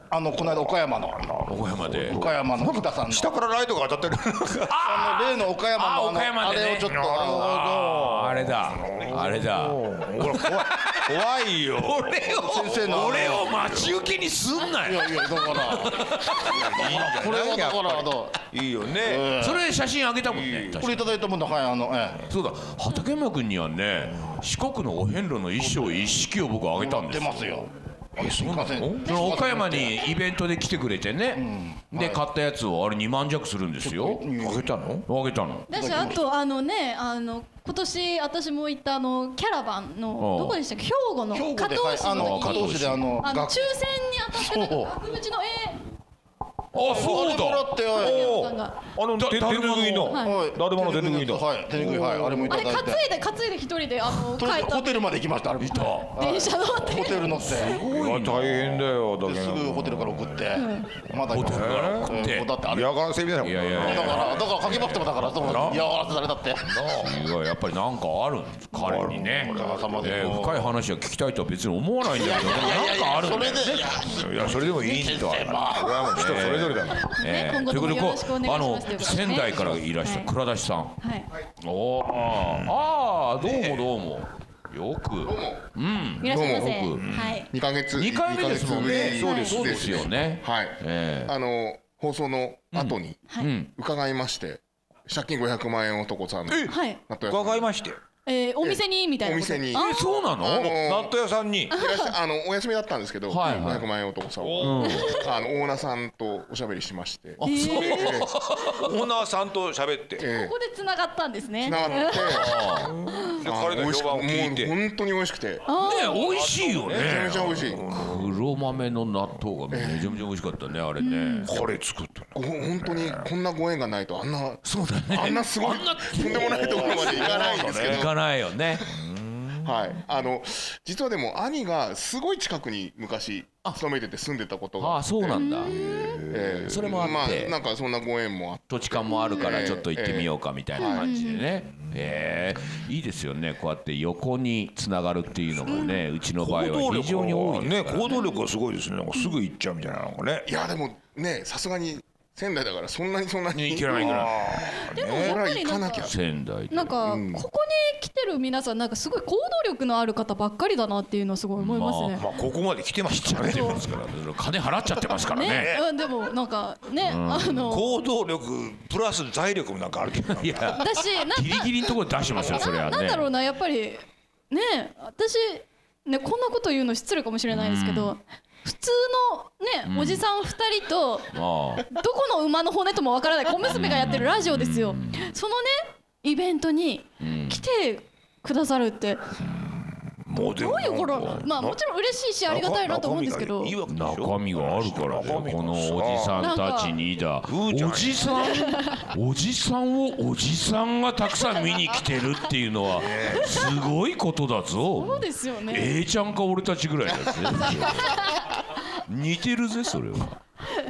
[SPEAKER 6] あのこの間岡山の
[SPEAKER 1] 岡山で
[SPEAKER 6] 岡山の北さんの
[SPEAKER 4] 下からライトが当たってる
[SPEAKER 6] あの例の岡山のあのあれをちょっと
[SPEAKER 1] あれだあれだ
[SPEAKER 4] 怖いよ
[SPEAKER 1] 俺を
[SPEAKER 6] 先生の
[SPEAKER 1] 俺を待ち受けにすんなよ。
[SPEAKER 6] いやいやだからこれはだから
[SPEAKER 4] いいよね。
[SPEAKER 1] それ写真あげたもんね。
[SPEAKER 6] これいただいたもんだはいあのええ
[SPEAKER 1] そうだ畠山君にはね四国のお遍路の衣装一式を僕あげたんですよ。
[SPEAKER 6] 出ますよ。
[SPEAKER 1] えそうなの？その岡山にイベントで来てくれてね、で買ったやつをあれにまん弱するんですよ。
[SPEAKER 4] あげたの？
[SPEAKER 1] あげたの。
[SPEAKER 2] 私あとあのねあの今年私も行ったあのキャラバンのどこでしたっけ兵庫の
[SPEAKER 6] 兵庫で
[SPEAKER 2] 加東市
[SPEAKER 6] あの
[SPEAKER 2] の
[SPEAKER 6] 加東市であの
[SPEAKER 2] あの
[SPEAKER 6] 学
[SPEAKER 2] 抽選に当たってた額縁の絵
[SPEAKER 1] あそうだ。
[SPEAKER 6] だって
[SPEAKER 4] おお
[SPEAKER 2] さんが
[SPEAKER 4] あの手手拭いの
[SPEAKER 6] はい
[SPEAKER 4] だるまの手拭いの
[SPEAKER 6] はい手拭いはいあれもい
[SPEAKER 2] あれ
[SPEAKER 6] ただいて
[SPEAKER 2] 担いで担いで一人であの
[SPEAKER 6] とりあえず
[SPEAKER 2] 帰った
[SPEAKER 6] ホテルまで行きましたあれいた
[SPEAKER 2] 電車乗って
[SPEAKER 6] ホテル乗って
[SPEAKER 4] いや大変だよだけ
[SPEAKER 6] ですぐホテルから送ってまだホテル
[SPEAKER 1] から送って
[SPEAKER 6] だってあれ
[SPEAKER 4] 嫌がらせみたいな。
[SPEAKER 1] いやいやいや
[SPEAKER 6] だからだからかけまくってもだからそう嫌がらせされたって
[SPEAKER 1] いややっぱりなんかあるんです彼にね。
[SPEAKER 6] おかげさまで
[SPEAKER 1] えー深い話は聞きたいとは別に思わないんだけどなんかあるん
[SPEAKER 6] それ
[SPEAKER 1] だよね。
[SPEAKER 6] で
[SPEAKER 4] いやそれでもいいんだわ。これはもう人それぞれだから。
[SPEAKER 1] えー
[SPEAKER 2] 今後とも
[SPEAKER 1] ということで
[SPEAKER 2] よろしくお願いし
[SPEAKER 1] あの
[SPEAKER 2] ますということでね
[SPEAKER 1] 仙台からいらした倉田さん。
[SPEAKER 2] はい
[SPEAKER 1] おーああどうもどうもよくうん
[SPEAKER 2] いらっしゃいませ
[SPEAKER 1] どうも
[SPEAKER 2] はい
[SPEAKER 7] にかげつ
[SPEAKER 1] にかいめですもんね。
[SPEAKER 7] に
[SPEAKER 1] そうで
[SPEAKER 7] かげつぶり
[SPEAKER 1] すそうですよね。
[SPEAKER 7] はい、
[SPEAKER 1] ええ
[SPEAKER 7] あの放送の後に
[SPEAKER 1] うん
[SPEAKER 7] 伺いまして、借金ごひゃくまん円男さんの
[SPEAKER 2] はい
[SPEAKER 7] 納豆屋さん
[SPEAKER 4] 伺いまして。
[SPEAKER 2] えーお店にみたいなこと
[SPEAKER 7] お店に
[SPEAKER 2] あ
[SPEAKER 1] えそうなの？
[SPEAKER 7] あの
[SPEAKER 4] 納豆屋さんに。
[SPEAKER 7] いらっしゃあのお休みだったんですけど、
[SPEAKER 1] はいはい
[SPEAKER 7] ごひゃくまん円男さんを、
[SPEAKER 1] うん
[SPEAKER 7] あのオーナーさんとおしゃべりしまして、
[SPEAKER 1] あそう
[SPEAKER 7] え
[SPEAKER 4] オーナーさんと喋って。
[SPEAKER 7] ええ
[SPEAKER 2] ここで繋がったんですね
[SPEAKER 7] つながって、
[SPEAKER 4] で
[SPEAKER 7] あ
[SPEAKER 4] 彼の
[SPEAKER 7] 美味しくも
[SPEAKER 4] 評判を聞いうて。
[SPEAKER 7] 本当に美味しくて、
[SPEAKER 1] ね美味しいよね。
[SPEAKER 7] めちゃめちゃ美味しい。
[SPEAKER 1] 黒豆の納豆がめちゃめちゃ美味しかったねあれね。
[SPEAKER 4] これ作ったの。
[SPEAKER 7] ご本当にこんなご縁がないとあんな
[SPEAKER 1] そうだね。
[SPEAKER 7] あんなすごいとんでもないところまで行かないんですけど
[SPEAKER 1] 行。かないよね。
[SPEAKER 7] はい、あの実はでも兄がすごい近くに昔勤めてて住んでたことが
[SPEAKER 1] ああそうなんだ。
[SPEAKER 7] えー
[SPEAKER 1] それもあって
[SPEAKER 7] まあなんかそんなご縁もあって
[SPEAKER 1] 土地勘もあるからちょっと行ってみようかみたいな感じでね。ええいいですよねこうやって横につながるっていうのがねうちの場合は非常に多いです
[SPEAKER 4] ね。
[SPEAKER 1] からね。
[SPEAKER 4] 行動力がすごいですね。なんかすぐ行っちゃうみたいなのがね。
[SPEAKER 7] いやでもねさすがに仙台だからそんなにそんなに
[SPEAKER 1] 行けないから
[SPEAKER 2] でもやっぱりなんか
[SPEAKER 1] 仙台で
[SPEAKER 2] なんかここに来てる皆さんなんかすごい行動力のある方ばっかりだなっていうのはすごい思いますね。
[SPEAKER 4] まあここまで来てましたね。
[SPEAKER 1] ですから金払っちゃってますからね。
[SPEAKER 2] ね、うんでもなんかね、あの
[SPEAKER 4] 行動力プラス財力もなんかあるけど。
[SPEAKER 1] いや
[SPEAKER 2] だしな
[SPEAKER 1] ギリギリのところで出してますよそれはね。
[SPEAKER 2] なんだろうなやっぱりね私ねこんなこと言うの失礼かもしれないですけど、普通のね、おじさんふたりと
[SPEAKER 1] ああ
[SPEAKER 2] どこの馬の骨ともわからない小娘がやってるラジオですよ。そのねイベントに来てくださるって
[SPEAKER 4] もうでも
[SPEAKER 2] どういう頃まあもちろん嬉しいしありがたいなと思うんですけど。
[SPEAKER 4] いいわけでしょ。
[SPEAKER 1] 中身があるからだよこのおじさんたちにだおじさんおじさんをおじさんがたくさん見に来てるっていうのはすごいことだ
[SPEAKER 2] そう
[SPEAKER 1] ぞ。
[SPEAKER 2] ですよね。
[SPEAKER 1] A ちゃんか俺たちぐらいだぜ似てるぜそれは。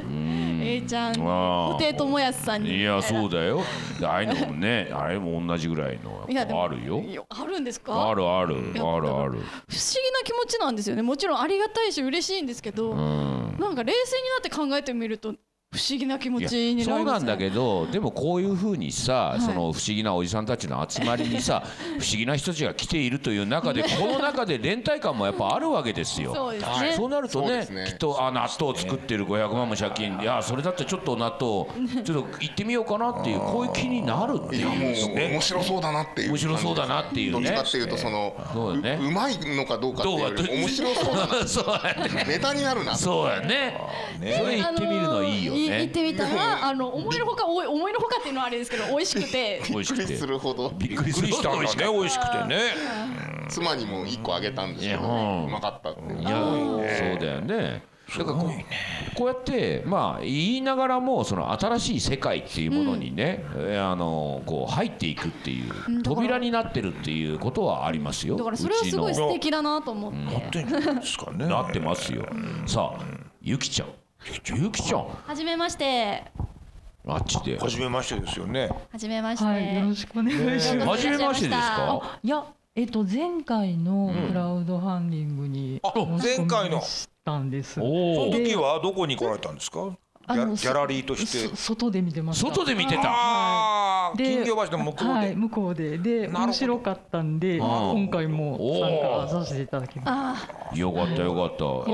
[SPEAKER 2] A ちゃん
[SPEAKER 1] ああ
[SPEAKER 2] 布袋寅泰さんに
[SPEAKER 1] いやそうだよああいうのもねあれも同じぐらいの
[SPEAKER 2] いやでも
[SPEAKER 1] あるよ
[SPEAKER 2] いやあるんですか。
[SPEAKER 1] あるあるあるある
[SPEAKER 2] 不思議な気持ちなんですよね。もちろんありがたいし嬉しいんですけど、なんか冷静になって考えてみると不思議な気持ちになりますね。
[SPEAKER 1] そうなんだけどでもこういうふうにさ、
[SPEAKER 2] い
[SPEAKER 1] その不思議なおじさんたちの集まりにさ不思議な人たちが来ているという中でこの中で連帯感もやっぱあるわけですよ。
[SPEAKER 2] そうですね。
[SPEAKER 1] そうなるとね
[SPEAKER 7] そうですね
[SPEAKER 1] きっとあ納豆を作ってるごひゃくまんも借金いやそれだってちょっと納豆ちょっと行ってみようかなっていうこういう気になるって
[SPEAKER 7] いやもう
[SPEAKER 1] いう
[SPEAKER 7] 面白そうだなっていう
[SPEAKER 1] 面白そうだなっていうね
[SPEAKER 7] どっちかっていうとその
[SPEAKER 1] そうだね
[SPEAKER 7] ううまいのかどうかっていうより面白そうだな
[SPEAKER 1] そうだね
[SPEAKER 7] ネタになるな
[SPEAKER 1] そうだねそれ行ってみるのいいよ
[SPEAKER 2] あのい
[SPEAKER 1] ね
[SPEAKER 2] 行ってみたらあの思いのほかおい思いのほかっていうのはあれですけど美味しくて
[SPEAKER 1] 美味しくて
[SPEAKER 7] びっくりするほど
[SPEAKER 1] びっくり
[SPEAKER 4] びっくりしたんだね。美味しくてね。
[SPEAKER 7] 妻にもいっこあげたんですけど
[SPEAKER 1] いやうん
[SPEAKER 7] うまかったって
[SPEAKER 1] いやそうだよね。だからこうこうやってまあ言いながらもその新しい世界っていうものにね、えあのこう入っていくっていう扉になってるっていうことはありますよ。
[SPEAKER 2] だからそれはすごい
[SPEAKER 1] うちの
[SPEAKER 2] 素敵だなと思って。
[SPEAKER 4] なってんじゃないですかね。
[SPEAKER 1] なってますよ。さあゆきちゃんゆきちゃん
[SPEAKER 2] はじめまして。
[SPEAKER 1] あっちで
[SPEAKER 4] 初めましてですよね。
[SPEAKER 2] はじめまして。
[SPEAKER 8] はい、よろしくお願いします。
[SPEAKER 1] 初めましてですか。
[SPEAKER 8] いや、 えっと前回のクラウドファンディングに
[SPEAKER 4] 前回の
[SPEAKER 8] したんです。そ
[SPEAKER 4] の時はどこに来られたんですか？ギャ, ギャラリーとして
[SPEAKER 8] 外で見てました。
[SPEAKER 1] 外で見てた。
[SPEAKER 4] ああ、金魚橋の向こうで、
[SPEAKER 8] はい、向こうでで面白かったんで今回も参加させていただきました。
[SPEAKER 1] よかったよかった。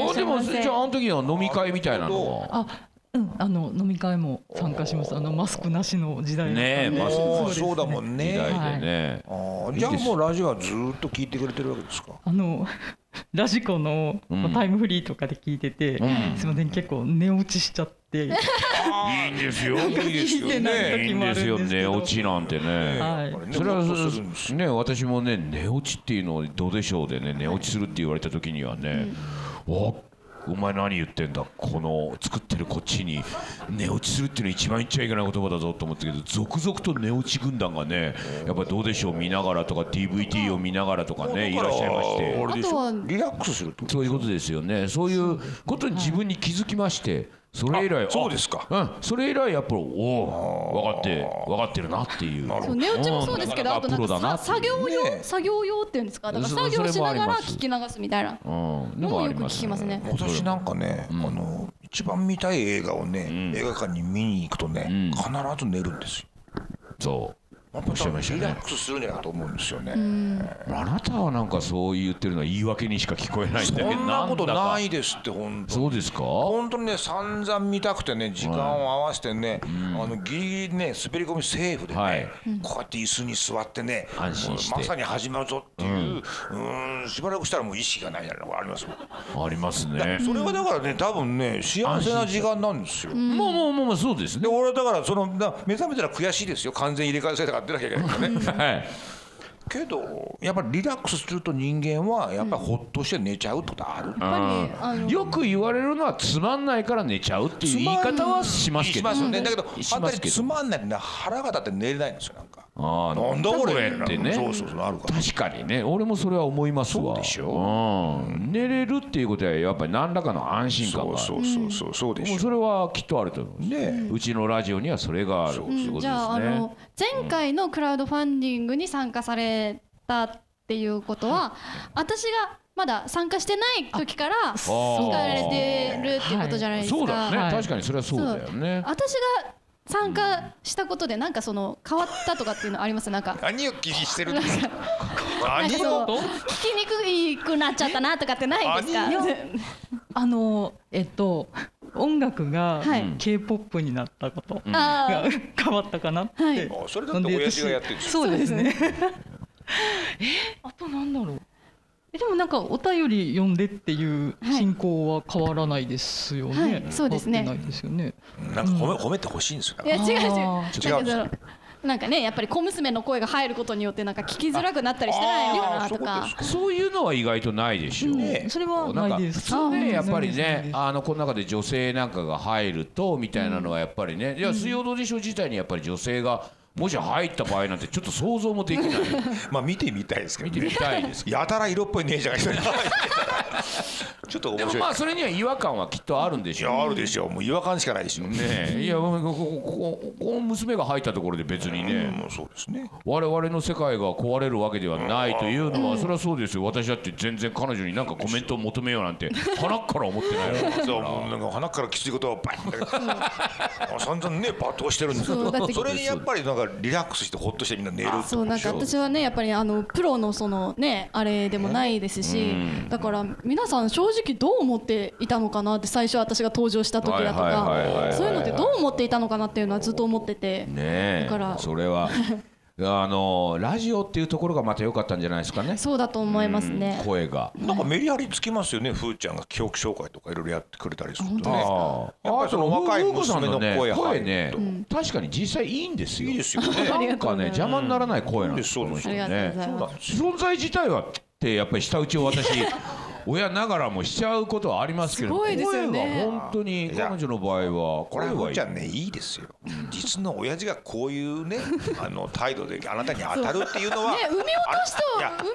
[SPEAKER 1] あでもじゃああの時は飲み会みたいなのは。
[SPEAKER 8] あうん、あの飲み会も参加します。あのマスクなしの時代
[SPEAKER 1] ねえ、マスク
[SPEAKER 4] そうだもんね。
[SPEAKER 1] 時代でね。
[SPEAKER 4] あじゃあもうラジオはずっと聞いてくれてるわけですか？
[SPEAKER 8] あのラジコのタイムフリーとかで聞いてて、うん、すみません結構寝落ちしちゃって。いい
[SPEAKER 1] んですよ。いいですよね。いいんですよ。寝落ちなんてね。はい。それはね私もね寝落ちっていうのをどうでしょうでね寝落ちするって言われた時にはね、うん、おお前何言ってんだこの作ってるこっちに寝落ちするっていうのは一番言っちゃいけない言葉だぞと思ったけど続々と寝落ち軍団がねやっぱどうでしょう見ながらとか ディーブイディー を見ながらとかねいらっしゃいまして
[SPEAKER 4] あとはリラックスすると
[SPEAKER 1] そういうことですよねそういうことに自分に気づきましてそれ以来
[SPEAKER 4] そうですか
[SPEAKER 1] うんそれ以来やっぱりおお分かって分かってるなっていう
[SPEAKER 2] そう寝落ちもそうですけどあとなんか作業用作業用っていうんですかだから作業しながら聞き流すみたいなのもよく聞きますね
[SPEAKER 4] 私なんかねあの一番見たい映画をね映画館に見に行くとね必ず寝るんですよ
[SPEAKER 1] そう
[SPEAKER 4] やっぱりリラックスするんじゃないかと思うんですよね。
[SPEAKER 1] あなたはなんかそう言ってるのは言い訳にしか聞こえないんだけど
[SPEAKER 4] そんなことないですって本当に
[SPEAKER 1] そうですか
[SPEAKER 4] 本当にね散々見たくてね時間を合わせてね、うん、あのギリギリね滑り込みセーフでね、はい、こうやって椅子に座ってね
[SPEAKER 1] 安心して
[SPEAKER 4] まさに始まるぞっていう、うん、うんしばらくしたらもう意識がないなのがあります
[SPEAKER 1] ありますね
[SPEAKER 4] それはだからね多分ね幸せな時間なんですよ
[SPEAKER 1] もうもうもうそうですね
[SPEAKER 4] で俺だからその目覚めたら悔しいですよ完全入れ替えされたから出なきゃいけないからねはい、けどやっぱりリラックスすると人間はやっぱりほっとして寝ちゃうってことある、
[SPEAKER 1] うん、よく言われるのはつまんないから寝ちゃうっていう言い方はしますけど、
[SPEAKER 4] しますよね、だけどあんまりつまんないって腹が立って寝れないんですよなんかあなんだこれってねそうそうそうあるから
[SPEAKER 1] 確かにね俺もそれは思いますわ
[SPEAKER 4] そうでしょ、
[SPEAKER 1] うん、寝れるっていうことはやっぱり何らかの安心感がある
[SPEAKER 4] そうそうそうそうでしょ
[SPEAKER 1] もうそれはきっとあると思うねうちのラジオにはそれがある、うん、
[SPEAKER 2] じゃああの前回のクラウドファンディングに参加されたっていうことは私がまだ参加してない時から聞かれてるっていうことじゃないですか、
[SPEAKER 1] はい、そうだね、はい、確かにそれはそうだよね
[SPEAKER 2] 私が参加したことでなんかその変わったとかっていうのありますなんか
[SPEAKER 4] 何を気にしてるんですか
[SPEAKER 2] 何を聞きにくくなっちゃったなとかってないですか
[SPEAKER 8] あのえっと音楽が ケーポップ になったことが変わったかなって、はい、
[SPEAKER 4] それだって親父がやってるんですよ
[SPEAKER 8] そうですねえあとなんだろうでもなんかお便り読んでっていう進行は変わらないですよね、はいはい、
[SPEAKER 2] そうですね
[SPEAKER 8] 変わってないですよね
[SPEAKER 4] なんか褒め、うん、褒めてほしいんですよ
[SPEAKER 2] いや違う違う違う違うなんかねやっぱり小娘の声が入ることによってなんか聞きづらくなったりしてないのかなとか
[SPEAKER 1] そういうのは意外とないでしょう、
[SPEAKER 8] ね、それはないです
[SPEAKER 1] 普通ねやっぱりねあのこの中で女性なんかが入るとみたいなのはやっぱりね、うん、いや水曜どうでしょう自体にやっぱり女性がもし入った場合なんてちょっと想像もできない
[SPEAKER 4] まあ見てみたいですけど、ね、
[SPEAKER 1] 見てみたいですけど
[SPEAKER 4] やたら色っぽい姉ちゃんが一人ちょっと面白い
[SPEAKER 1] でもまあそれには違和感はきっとあるんでしょう、
[SPEAKER 4] いやあるでしょうもう違和感しかないですよ
[SPEAKER 1] ねいやここここ娘が入ったところで別にね、
[SPEAKER 4] うん、そうですね
[SPEAKER 1] 我々の世界が壊れるわけではないというのはそれはそうですよ私だって全然彼女に何かコメントを求めようなんて鼻から思ってないから
[SPEAKER 4] そうもうなんか鼻からきついことをバンって散々ね罵倒してるんですけどそれにやっぱりなんかリラックスしてほっとしてみんな寝るって
[SPEAKER 2] そうなんか私はねやっぱりあのプロのそのねあれでもないですしだから皆さん正直どう思っていたのかなって最初私が登場した時だとかそういうのってどう思っていたのかなっていうのはずっと思ってて
[SPEAKER 1] ねだからそれはあのラジオっていうところがまた良かったんじゃないですかね
[SPEAKER 2] そうだと思いますね
[SPEAKER 1] 声が
[SPEAKER 4] なんかメリハリつきますよねふーちゃんが記憶紹介とかいろいろやってくれたりするとね
[SPEAKER 1] あやっぱりその若い娘の声声ね確かに実際いいんですよ
[SPEAKER 4] いいですよね
[SPEAKER 1] なんかね邪魔にならない声なんですよね存在自体はってやっぱり舌打ちを私親ながらもしちゃうことはありますけど
[SPEAKER 2] 声が
[SPEAKER 1] 本当に彼女の場合は
[SPEAKER 4] これはふーちゃんねいいですよ実の親父がこういうねあの態度であなたに当たるっていうのは
[SPEAKER 2] ね産み落としと産み落とし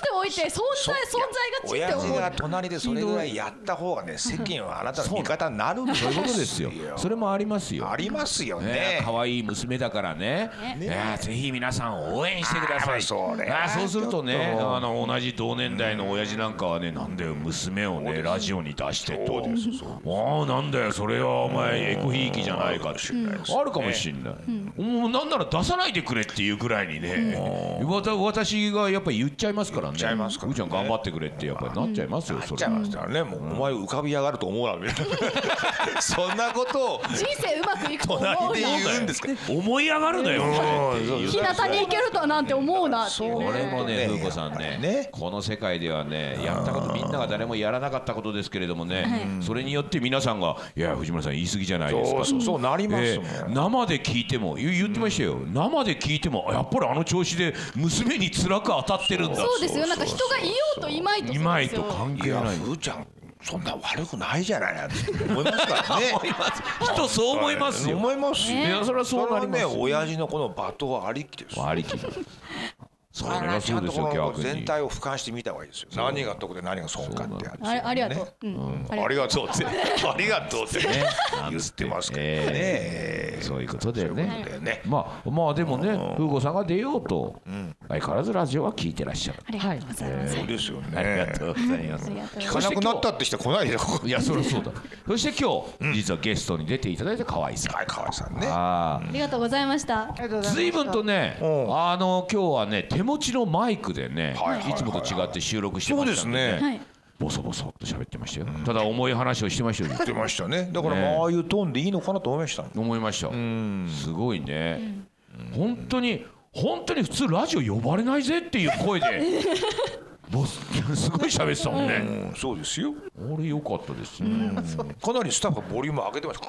[SPEAKER 2] しておいて存在存在がちって
[SPEAKER 4] 親父
[SPEAKER 2] 思う。
[SPEAKER 4] が隣でそれぐらいやった方がね、世間はあなたの味方になるんですよ。
[SPEAKER 1] そういうことですよ。それもありますよ。
[SPEAKER 4] ありますよね。
[SPEAKER 1] 可愛い娘だからね。ぜひ皆さん応援してください。そうするとね、あの同じ同年代の親父なんかはね、なんだよ娘をねラジオに出してと。ああなんだよそれはお前エコひいきじゃないかってあるかもしれない。もうなんなら出さないでくれっていうくらいにね、私がやっぱり言っちゃいますからね。うーちゃん頑張ってくれってやっぱりなっちゃいますよ。
[SPEAKER 4] なっちゃいますからね。もうお前浮かび上がると思うなみたいな。そんなことを
[SPEAKER 2] 人生うまくいくと思うな。
[SPEAKER 4] 隣で言うんですか。
[SPEAKER 1] 思い上がるのよ。
[SPEAKER 2] 日向に行けるとはなんて思うなっていう。
[SPEAKER 1] これもね風子さんね、この世界ではねやったことみんなが誰もやらなかったことですけれどもね、それによって皆さんがいや藤村さん言い過ぎじゃないですか。
[SPEAKER 4] そうそうなりますもん。
[SPEAKER 1] 生で聞いても言ってましたよ。生で聞いてもやっぱりあの調子で娘に辛く当たってるんだ。
[SPEAKER 2] そうですよ。なんか人がいようといまいと
[SPEAKER 1] いまいと関係ない。
[SPEAKER 4] ふーちゃんそんな悪くないじゃないなって思いますからね。
[SPEAKER 1] 人そう思いますよ。
[SPEAKER 4] 思いますよ。
[SPEAKER 1] いやそれはそうなりますよ。
[SPEAKER 4] 親父のこの罵倒ありきです。
[SPEAKER 1] ありき。それがそうですよ。逆に
[SPEAKER 4] 全体を俯瞰してみた方がいいですよ。何が得で何が損かってやつ。
[SPEAKER 2] ありがとう。
[SPEAKER 4] ありがとうってありがとうってね言ってますけどね。
[SPEAKER 1] そういうことでね。まあまあでもね風子さんが出ようと相変わらずラジオは聞いてらっしゃる。
[SPEAKER 2] ありがとうございます。
[SPEAKER 4] そうですよね。
[SPEAKER 1] ありがとうございます。
[SPEAKER 4] 聞かなくなったって人来ないで。
[SPEAKER 1] いやそりゃそうだ。そして今日実はゲストに出ていただいた河合さん。
[SPEAKER 4] はい河合さんね。
[SPEAKER 2] ありがとうございました。
[SPEAKER 1] 随分とねあの今日はね手持ちのマイクでねいつもと違って収録してましたね。ボソボソと喋ってましたよ。ただ重い話をしてましたよ。
[SPEAKER 4] 言ってましたね。だからああいうトーンでいいのかなと思いました。
[SPEAKER 1] 思いました。すごいね。本当に本当に普通ラジオ呼ばれないぜっていう声で。ボスすごい喋ってたもんね。
[SPEAKER 4] うん、そうですよ。
[SPEAKER 1] あれ良かったですね。
[SPEAKER 4] かなりスタッフがボリューム上げてました。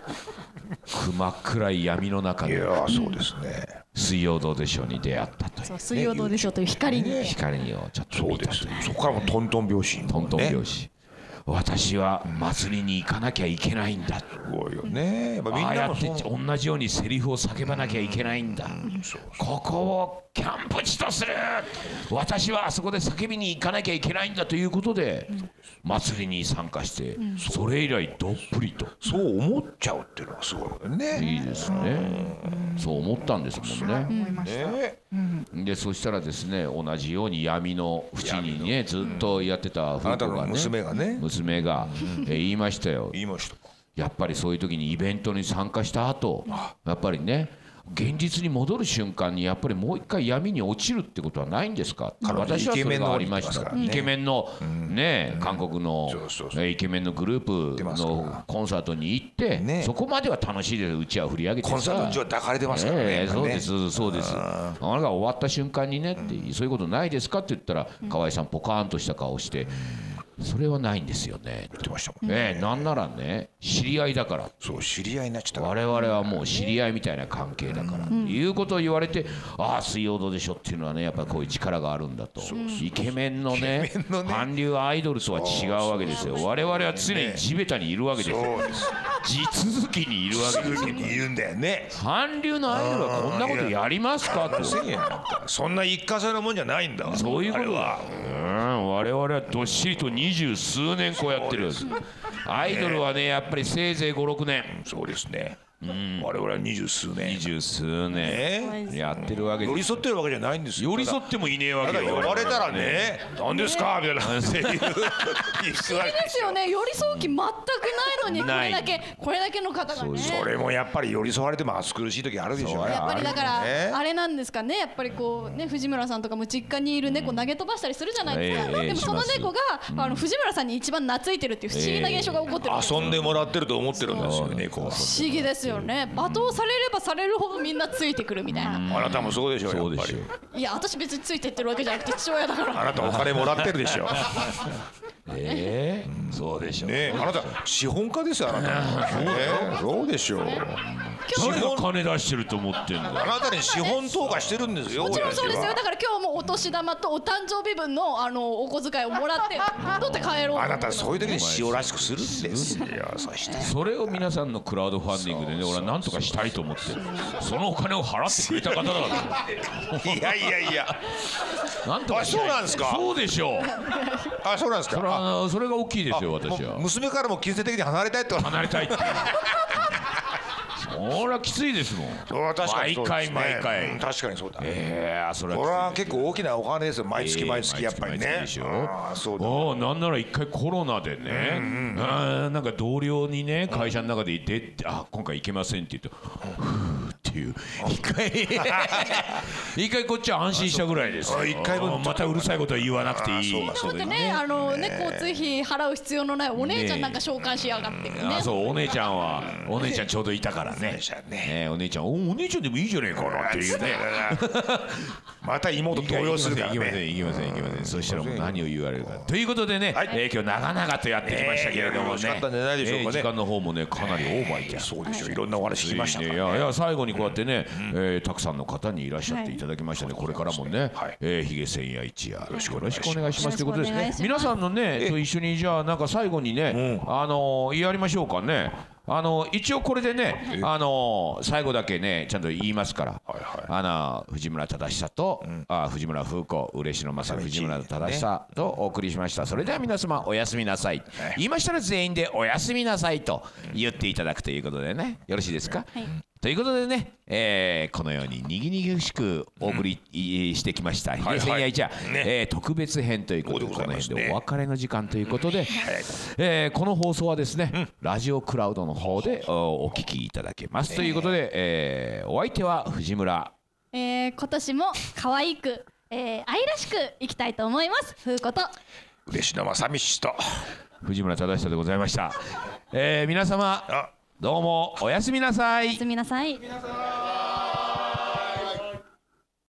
[SPEAKER 1] 真っ暗い闇の中で。
[SPEAKER 4] いやそうですね。
[SPEAKER 1] 水曜どうでしょうに出会ったという。
[SPEAKER 2] そう水曜どうでしょうという光に。
[SPEAKER 1] 光にをちょっと見たという。
[SPEAKER 4] そこからもトントン拍子。
[SPEAKER 1] トントン拍子。私は祭りに行かなきゃいけないんだ。
[SPEAKER 4] すごいよね。
[SPEAKER 1] ああやって同じようにセリフを叫ばなきゃいけないんだ。ここをキャンプ地とする。私はあそこで叫びに行かなきゃいけないんだということで祭りに参加して、それ以来どっぷりと
[SPEAKER 4] そう思っちゃうっていうのがすごいよね。
[SPEAKER 1] いいですね。そう思ったんですもんね。
[SPEAKER 8] 思いました。
[SPEAKER 1] でそしたらですね同じように闇の縁にねずっとやってた
[SPEAKER 4] 風子がね娘がね
[SPEAKER 1] 娘が言いましたよ。
[SPEAKER 4] 言いました。
[SPEAKER 1] やっぱりそういう時にイベントに参加した後やっぱりね現実に戻る瞬間にやっぱりもう一回闇に落ちるってことはないんですか。私はそれがありました。イケメンのね韓国のイケメンのグループのコンサートに行ってそこまでは楽しいです。うちは振り上げてさ
[SPEAKER 4] コンサートのうちは抱かれてますからね。
[SPEAKER 1] そうですそうです。あれが終わった瞬間にねってそういうことないですかって言ったら河合さんポカーンとした顔してそれはないんですよね。
[SPEAKER 4] 言ってましたもん
[SPEAKER 1] ね。なんならね知り合いだから。
[SPEAKER 4] そう知り合いになっちゃった。
[SPEAKER 1] 我々はもう知り合いみたいな関係だからいうことを言われて、ああ水曜どうでしょっていうのはねやっぱりこういう力があるんだと。イケメンのね韓流アイドルとは違うわけですよ。我々は常に地べたにいるわけですよ。地続きにいるわけですよ。
[SPEAKER 4] いるんだよね。
[SPEAKER 1] 韓流のアイドルはこんなことやりますかと。
[SPEAKER 4] そんな一過性のもんじゃないんだ。
[SPEAKER 1] そういうことは。我々はどっしりと二十数年こうやってるんです。アイドルはねやっぱりせいぜいごろくねん。
[SPEAKER 4] そうですね。うん、我々は二十数年
[SPEAKER 1] 二十数年やってるわけです。
[SPEAKER 4] 寄り添ってるわけじゃないんですよ。
[SPEAKER 1] 寄り添ってもいねえわけよ。
[SPEAKER 4] 呼ばれたらね何ですかみたいな感じで言う。
[SPEAKER 2] 不思議ですよね。寄り添う気全くないのにこれだけこれだけの方がね。
[SPEAKER 4] それもやっぱり寄り添われても暑苦しい時あるでしょうね。
[SPEAKER 2] やっぱりだからあれなんですかね。やっぱりこうね藤村さんとかも実家にいる猫投げ飛ばしたりするじゃないですか。でもその猫があの藤村さんに一番懐いてるっていう不思議な現象が起こってる。
[SPEAKER 4] 遊んでもらってると思ってるんですよ猫は。
[SPEAKER 2] 不思議ですよね。罵倒されればされるほどみんなついてくるみたいな。
[SPEAKER 4] あなたもそうでしょ。
[SPEAKER 1] そうでしょ。
[SPEAKER 2] いや私別についてってるわけじゃなくて父親だから。
[SPEAKER 4] あなたお金もらってるでしょ。
[SPEAKER 1] えー、そうでしょう
[SPEAKER 4] ね。あなた資本家ですよ、あなた。そうでしょう。
[SPEAKER 1] 誰が金出してると思ってんだ。
[SPEAKER 4] あなたに資本投下してるんですよ。
[SPEAKER 2] もちろんそうですよ。だから今日もお年玉とお誕生日分のあのお小遣いをもらって取って帰ろう。
[SPEAKER 4] あなたそういう時に塩らしくするんですよ。そして
[SPEAKER 1] それを皆さんのクラウドファンディングでね、俺は何とかしたいと思ってる。そのお金を払ってくれた方だから。
[SPEAKER 4] いやいやいや。
[SPEAKER 1] なんとかしたい。
[SPEAKER 4] そうなんですか。
[SPEAKER 1] そうでしょう。
[SPEAKER 4] あ、そうなんですか。
[SPEAKER 1] それはそれが大きいですよ、私は。
[SPEAKER 4] 娘からも金銭的に離れたいって
[SPEAKER 1] 離れたいって。それはきついですもん。毎回毎回。
[SPEAKER 4] 確かにそうだ。
[SPEAKER 1] ええ、それ
[SPEAKER 4] は結構大きなお金ですよ。毎月毎月やっぱりね。
[SPEAKER 1] ああ、そうだ。なんなら一回コロナでね、なんか同僚にね、会社の中でいて、あ、今回行けませんって言うと、ふーっていう一回一回こっちは安心したぐらいです。一回分またうるさいことは言わなくていい。
[SPEAKER 2] だってね、あのね、交通費払う必要のないお姉ちゃんなんか召喚しやがってね。
[SPEAKER 1] あ、そう、お姉ちゃんはお姉ちゃんちょうどいたからね。ね、お姉ちゃん、お姉ちゃんでもいいじゃねえかなっていうね。
[SPEAKER 4] また妹動揺するからね。
[SPEAKER 1] いきませんいきませんいきません。そしたらもう何を言われるかということでね、え今日長々とやってきましたけれどもね、時間の方もねかなりオーバーいって、
[SPEAKER 4] そうでしょう。いろんなお話聞きましたからね。
[SPEAKER 1] いやいや、最後にこうやってね、たくさんの方にいらっしゃっていただきましたね。これからもね、ひげ千夜一夜よろしくお願いしますということですね。皆さんのねと一緒にじゃあなんか最後にね、あのやりましょうかね。あの一応これでね、あの最後だけねちゃんと言いますから、あの藤村忠久と、あ藤村風子、嬉野正藤村忠久とお送りしました。それでは皆様おやすみなさい。言いましたら全員でおやすみなさいと言っていただくということでね、よろしいですか。はい、ということでね、えー、このようににぎにぎしくお送り、うん、してきましたひげ千夜一夜、えー、特別編ということで、この辺でお別れの時間ということで、うん、えー、この放送はですね、うん、ラジオクラウドの方で お, お聞きいただけます、えー、ということで、えー、お相手は藤村、
[SPEAKER 2] えー、今年も可愛く、えー、愛らしくいきたいと思います。風子と
[SPEAKER 4] 嬉野正道と
[SPEAKER 1] 藤村忠久でございました、えー、皆様どうもおやすみなさい。
[SPEAKER 2] おやすみなさい。